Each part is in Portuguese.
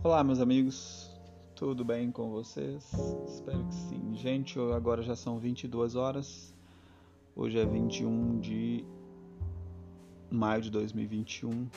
Olá, meus amigos, tudo bem com vocês? Espero que sim. Gente, agora já são 22 horas, hoje é 21 de maio de 2021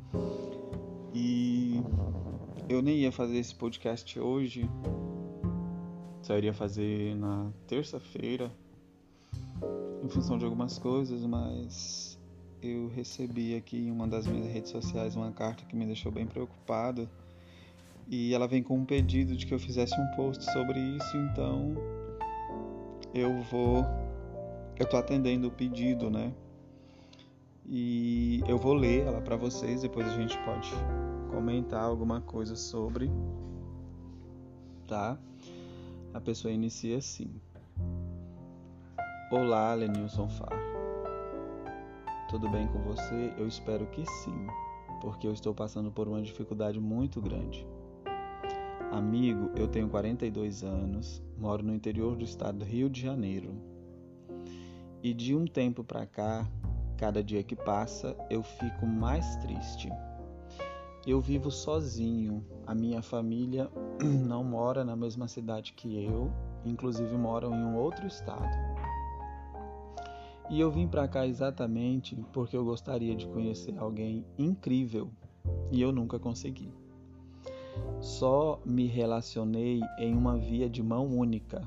e eu nem ia fazer esse podcast hoje, só iria fazer na terça-feira, em função de algumas coisas, mas eu recebi aqui em uma das minhas redes sociais uma carta que me deixou bem preocupado. E ela vem com um pedido de que eu fizesse um post sobre isso, então eu tô atendendo o pedido, né? E eu vou ler ela para vocês, depois a gente pode comentar alguma coisa sobre, tá? A pessoa inicia assim: Olá, Lenilson Far. Tudo bem com você? Eu espero que sim, porque eu estou passando por uma dificuldade muito grande. Amigo, eu tenho 42 anos, moro no interior do estado do Rio de Janeiro. E de um tempo pra cá, cada dia que passa, eu fico mais triste. Eu vivo sozinho, a minha família não mora na mesma cidade que eu, inclusive moram em um outro estado. E eu vim pra cá exatamente porque eu gostaria de conhecer alguém incrível e eu nunca consegui. Só me relacionei em uma via de mão única.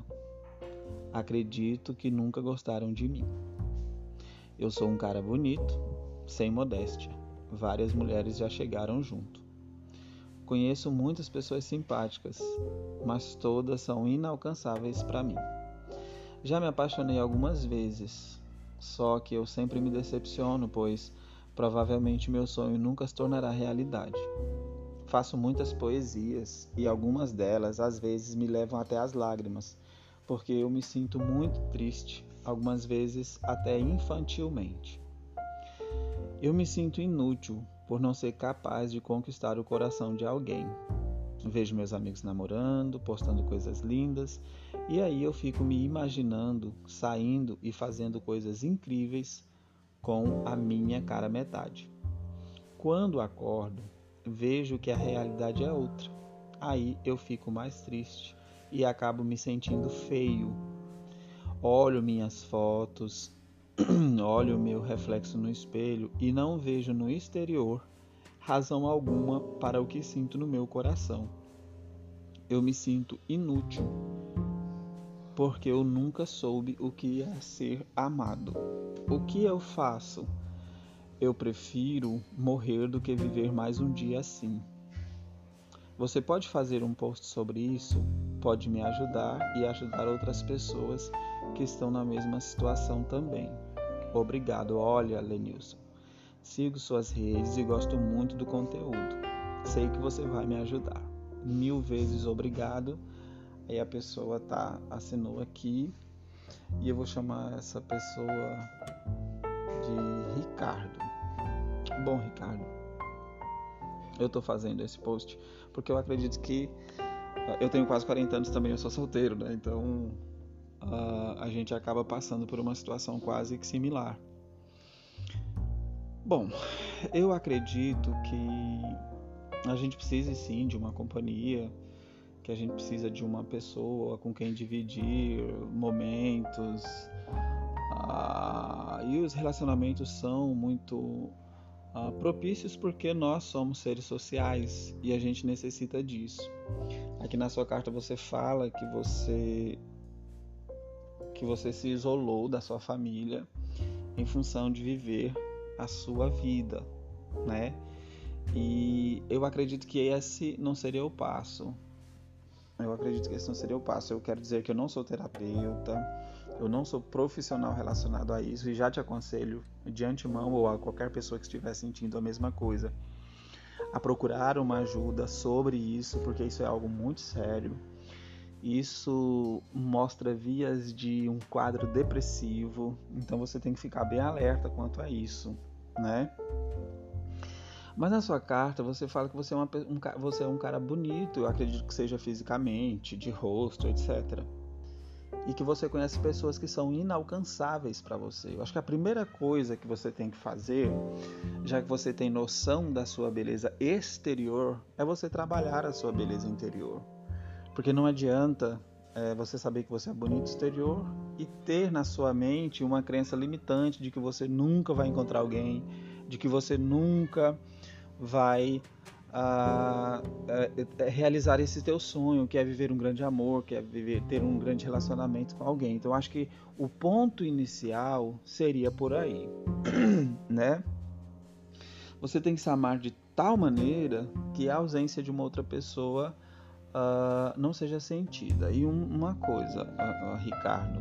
Acredito que nunca gostaram de mim. Eu sou um cara bonito, sem modéstia. Várias mulheres já chegaram junto. Conheço muitas pessoas simpáticas, mas todas são inalcançáveis para mim. Já me apaixonei algumas vezes, só que eu sempre me decepciono, pois provavelmente meu sonho nunca se tornará realidade. Faço muitas poesias e algumas delas às vezes me levam até às lágrimas, porque eu me sinto muito triste, algumas vezes até infantilmente. Eu me sinto inútil por não ser capaz de conquistar o coração de alguém. Vejo meus amigos namorando, postando coisas lindas, e aí eu fico me imaginando saindo e fazendo coisas incríveis com a minha cara metade. Quando acordo, vejo que a realidade é outra. Aí eu fico mais triste e acabo me sentindo feio. Olho minhas fotos, olho meu reflexo no espelho e não vejo no exterior razão alguma para o que sinto no meu coração. Eu me sinto inútil porque eu nunca soube o que é ser amado. O que eu faço? Eu prefiro morrer do que viver mais um dia assim. Você pode fazer um post sobre isso? Pode me ajudar e ajudar outras pessoas que estão na mesma situação também. Obrigado. Olha, Lenilson, sigo suas redes e gosto muito do conteúdo. Sei que você vai me ajudar. 1000 vezes obrigado. Aí a pessoa assinou aqui e eu vou chamar essa pessoa de Ricardo. Bom, Ricardo, eu tô fazendo esse post porque eu acredito que eu tenho quase 40 anos também, eu sou solteiro, né? Então a gente acaba passando por uma situação quase que similar. Bom, eu acredito que a gente precisa sim de uma companhia, que a gente precisa de uma pessoa com quem dividir momentos, e os relacionamentos são muito propícios porque nós somos seres sociais e a gente necessita disso. Aqui na sua carta você fala que você se isolou da sua família em função de viver a sua vida, né? E eu acredito que esse não seria o passo. Eu quero dizer que eu não sou terapeuta, eu não sou profissional relacionado a isso e já te aconselho de antemão ou a qualquer pessoa que estiver sentindo a mesma coisa a procurar uma ajuda sobre isso, porque isso é algo muito sério. Isso mostra vias de um quadro depressivo, então você tem que ficar bem alerta quanto a isso, né? Mas na sua carta você fala que você é um cara bonito, eu acredito que seja fisicamente, de rosto, etc. e que você conhece pessoas que são inalcançáveis para você. Eu acho que a primeira coisa que você tem que fazer, já que você tem noção da sua beleza exterior, é você trabalhar a sua beleza interior. Porque não adianta você saber que você é bonito exterior e ter na sua mente uma crença limitante de que você nunca vai encontrar alguém, de que você nunca vai realizar esse teu sonho, que é viver um grande amor, que é ter um grande relacionamento com alguém. Então, acho que o ponto inicial seria por aí, né? Você tem que se amar de tal maneira que a ausência de uma outra pessoa não seja sentida. E uma coisa, Ricardo,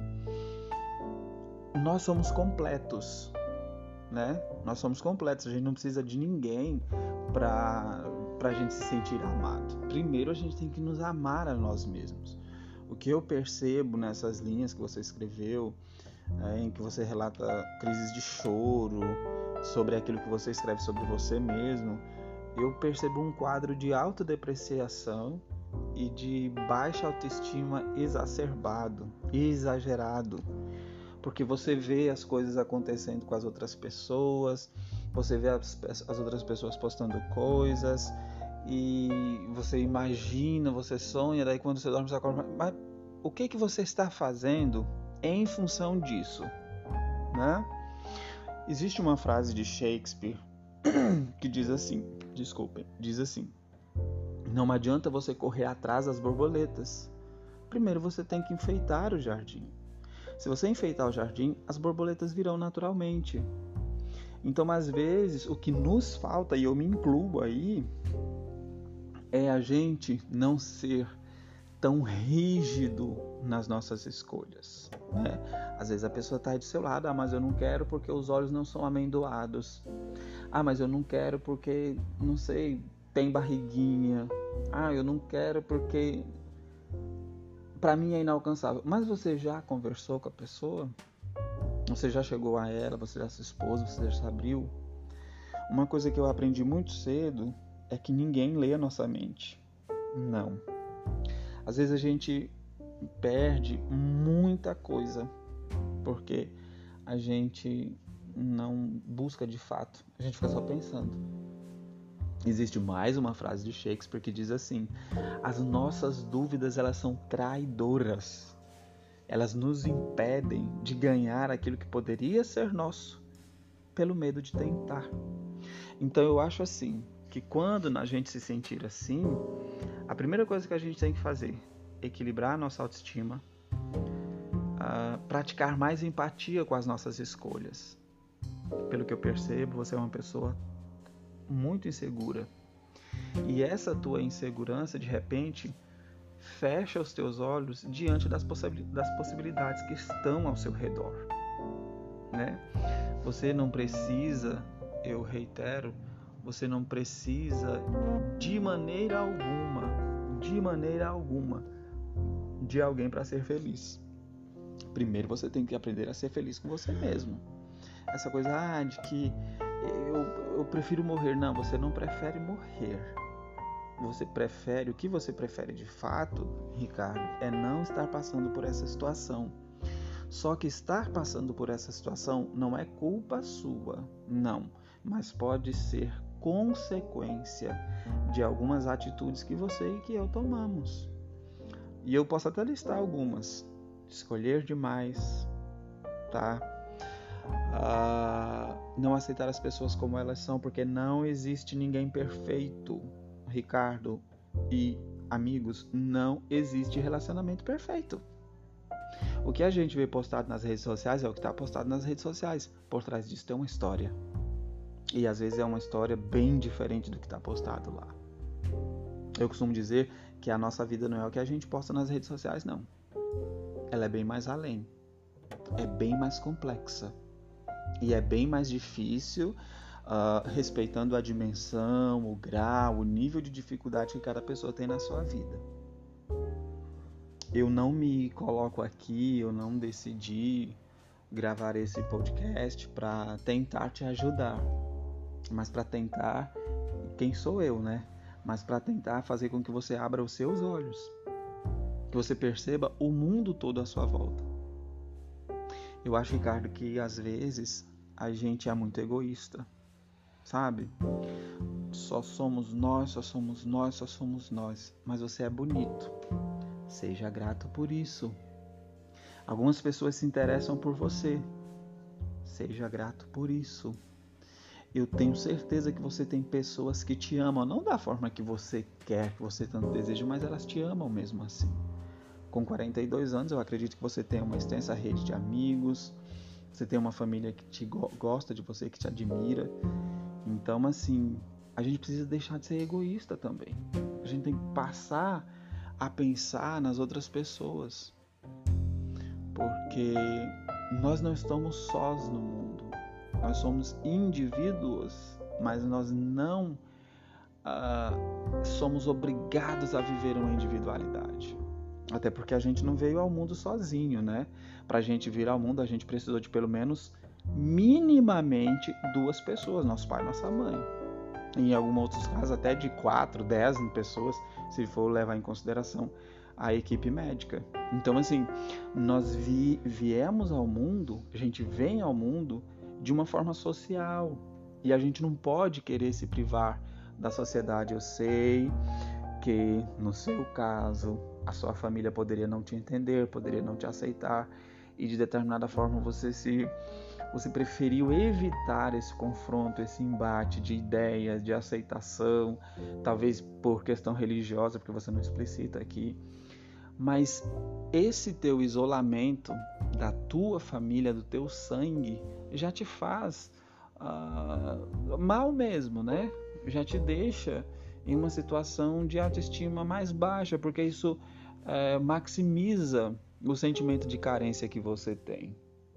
nós somos completos, né? Nós somos completos, a gente não precisa de ninguém para a gente se sentir amado. Primeiro a gente tem que nos amar a nós mesmos. O que eu percebo nessas linhas que você escreveu, em que você relata crises de choro, sobre aquilo que você escreve sobre você mesmo, eu percebo um quadro de autodepreciação e de baixa autoestima exacerbado, exagerado. Porque você vê as coisas acontecendo com as outras pessoas, você vê as outras pessoas postando coisas, e você imagina, você sonha, daí quando você dorme você acorda, mas o que você está fazendo em função disso, né? Existe uma frase de Shakespeare que diz assim, não adianta você correr atrás das borboletas, primeiro você tem que enfeitar o jardim. Se você enfeitar o jardim, as borboletas virão naturalmente. Então, às vezes, o que nos falta, e eu me incluo aí, é a gente não ser tão rígido nas nossas escolhas, né? Às vezes a pessoa está aí do seu lado, mas eu não quero porque os olhos não são amendoados. Mas eu não quero porque, não sei, tem barriguinha. Eu não quero porque para mim é inalcançável. Mas você já conversou com a pessoa? Você já chegou a ela, você já se expôs, você já se abriu? Uma coisa que eu aprendi muito cedo é que ninguém lê a nossa mente. Não. Às vezes a gente perde muita coisa porque a gente não busca de fato. A gente fica só pensando. Existe mais uma frase de Shakespeare que diz assim: as nossas dúvidas, elas são traidoras. Elas nos impedem de ganhar aquilo que poderia ser nosso pelo medo de tentar. Então eu acho assim, que quando a gente se sentir assim, a primeira coisa que a gente tem que fazer é equilibrar a nossa autoestima, praticar mais empatia com as nossas escolhas. Pelo que eu percebo, você é uma pessoa muito insegura. E essa tua insegurança, de repente, fecha os teus olhos diante das possibilidades que estão ao seu redor, né? Você não precisa, eu reitero, você não precisa de maneira alguma de alguém para ser feliz. Primeiro você tem que aprender a ser feliz com você mesmo. Essa coisa de que eu prefiro morrer. Não, você não prefere morrer. O que você prefere de fato, Ricardo, é não estar passando por essa situação. Só que estar passando por essa situação não é culpa sua, não, mas pode ser consequência de algumas atitudes que você e que eu tomamos. E eu posso até listar algumas. Escolher demais, tá? Não aceitar as pessoas como elas são, porque não existe ninguém perfeito. Ricardo e amigos, não existe relacionamento perfeito. O que a gente vê postado nas redes sociais é o que está postado nas redes sociais. Por trás disso tem uma história. E às vezes é uma história bem diferente do que está postado lá. Eu costumo dizer que a nossa vida não é o que a gente posta nas redes sociais, não. Ela é bem mais além. É bem mais complexa. E é bem mais difícil, respeitando a dimensão, o grau, o nível de dificuldade que cada pessoa tem na sua vida. Eu não me coloco aqui, eu não decidi gravar esse podcast para tentar te ajudar, mas para tentar, quem sou eu, né? Mas para tentar fazer com que você abra os seus olhos. que você perceba o mundo todo à sua volta. Eu acho, Ricardo, que às vezes a gente é muito egoísta, sabe? Só somos nós, só somos nós, só somos nós. Mas você é bonito. Seja grato por isso. Algumas pessoas se interessam por você. Seja grato por isso. Eu tenho certeza que você tem pessoas que te amam, não da forma que você quer, que você tanto deseja, mas elas te amam mesmo assim. Com 42 anos, eu acredito que você tem uma extensa rede de amigos, você tem uma família que te gosta de você, que te admira. Então, assim, a gente precisa deixar de ser egoísta também. A gente tem que passar a pensar nas outras pessoas. Porque nós não estamos sós no mundo. Nós somos indivíduos, mas nós não somos obrigados a viver uma individualidade. Até porque a gente não veio ao mundo sozinho, né? Para a gente vir ao mundo, a gente precisou de pelo menos, minimamente, 2 pessoas, nosso pai e nossa mãe. Em alguns outros casos, até de 4, 10 pessoas, se for levar em consideração a equipe médica. Então, assim, nós viemos ao mundo, a gente vem ao mundo de uma forma social. E a gente não pode querer se privar da sociedade. Eu sei que, no seu caso, a sua família poderia não te entender, poderia não te aceitar, e de determinada forma você preferiu evitar esse confronto, esse embate de ideias, de aceitação, talvez por questão religiosa, porque você não explicita aqui. Mas esse teu isolamento da tua família, do teu sangue, já te faz mal mesmo, né? Já te deixa em uma situação de autoestima mais baixa, porque isso maximiza o sentimento de carência que você tem.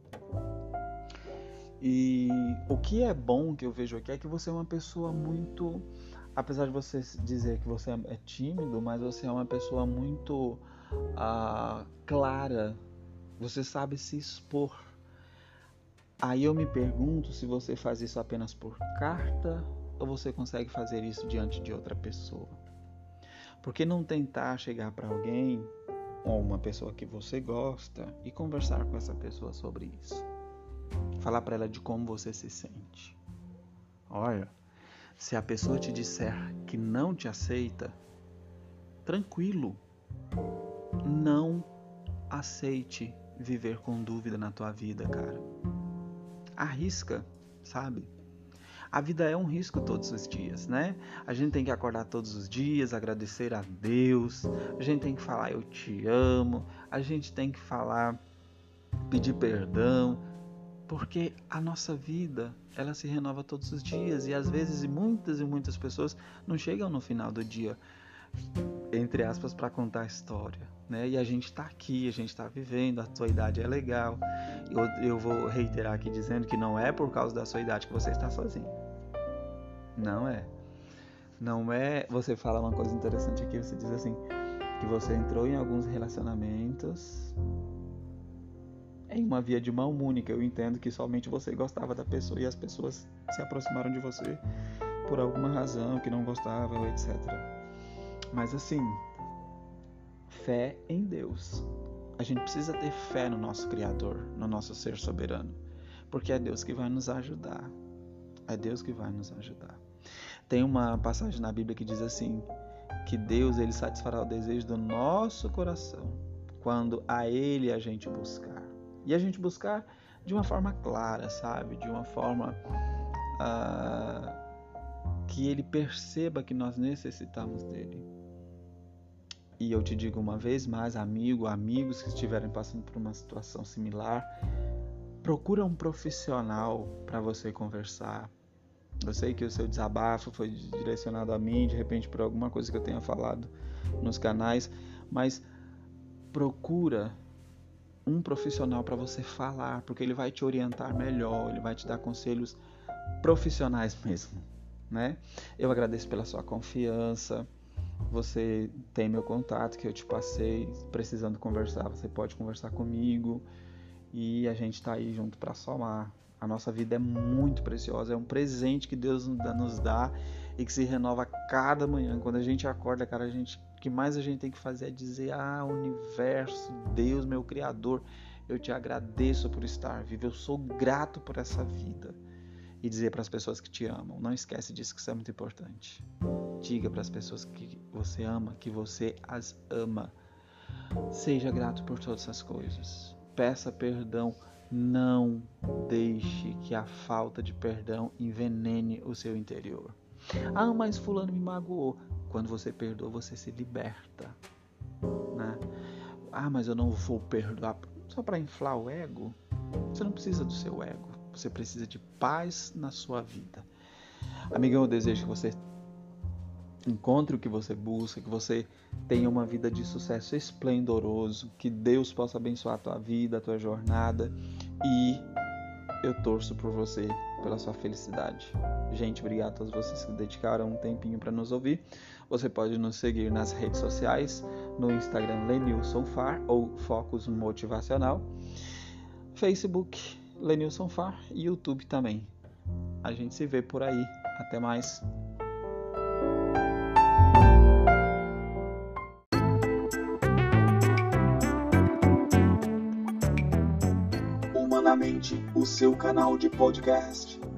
E o que é bom que eu vejo aqui é que você é uma pessoa muito, apesar de você dizer que você é tímido, mas você é uma pessoa muito clara, você sabe se expor. Aí eu me pergunto se você faz isso apenas por carta ou você consegue fazer isso diante de outra pessoa. Por que não tentar chegar para alguém ou uma pessoa que você gosta e conversar com essa pessoa sobre isso? Falar para ela de como você se sente. Olha, se a pessoa te disser que não te aceita, tranquilo, não aceite viver com dúvida na tua vida, cara. Arrisca, sabe? A vida é um risco todos os dias, né? A gente tem que acordar todos os dias, agradecer a Deus, a gente tem que falar eu te amo, a gente tem que falar, pedir perdão, porque a nossa vida, ela se renova todos os dias e às vezes muitas pessoas não chegam no final do dia, entre aspas, para contar a história, né? E a gente está aqui, a gente está vivendo, a sua idade é legal. Eu vou reiterar aqui dizendo que não é por causa da sua idade que você está sozinho. Não é. Não é. Você fala uma coisa interessante aqui, você diz assim, que você entrou em alguns relacionamentos em uma via de mão única. Eu entendo que somente você gostava da pessoa e as pessoas se aproximaram de você por alguma razão, que não gostavam, etc. Mas assim, fé em Deus. A gente precisa ter fé no nosso Criador, no nosso ser soberano, porque é Deus que vai nos ajudar. É Deus que vai nos ajudar. Tem uma passagem na Bíblia que diz assim, que Deus, ele satisfará o desejo do nosso coração quando a Ele a gente buscar. E a gente buscar de uma forma clara, sabe? De uma forma que Ele perceba que nós necessitamos dEle. E eu te digo uma vez mais, amigos que estiverem passando por uma situação similar, procura um profissional para você conversar. Eu sei que o seu desabafo foi direcionado a mim, de repente por alguma coisa que eu tenha falado nos canais, mas procura um profissional para você falar, porque ele vai te orientar melhor, ele vai te dar conselhos profissionais mesmo, né? Eu agradeço pela sua confiança. Você tem meu contato que eu te passei, precisando conversar, você pode conversar comigo e a gente está aí junto para somar. A nossa vida é muito preciosa, é um presente que Deus nos dá e que se renova a cada manhã. Quando a gente acorda, cara, a gente que mais a gente tem que fazer é dizer: universo, Deus, meu Criador, eu te agradeço por estar vivo, eu sou grato por essa vida. E dizer para as pessoas que te amam. Não esquece disso, que isso é muito importante. Diga para as pessoas que você ama, que você as ama. Seja grato por todas essas coisas. Peça perdão. Não deixe que a falta de perdão envenene o seu interior. Mas fulano me magoou. Quando você perdoa, você se liberta, né? Mas eu não vou perdoar só para inflar o ego. Você não precisa do seu ego. Você precisa de paz na sua vida. Amigão, eu desejo que você encontre o que você busca, que você tenha uma vida de sucesso esplendoroso, que Deus possa abençoar a tua vida, a tua jornada, e eu torço por você, pela sua felicidade. Gente, obrigado a todos vocês que dedicaram um tempinho para nos ouvir. Você pode nos seguir nas redes sociais, no Instagram Lenilson Far ou Focus Motivacional, Facebook Lenilson Far e YouTube também. A gente se vê por aí. Até mais. Humanamente, o seu canal de podcast.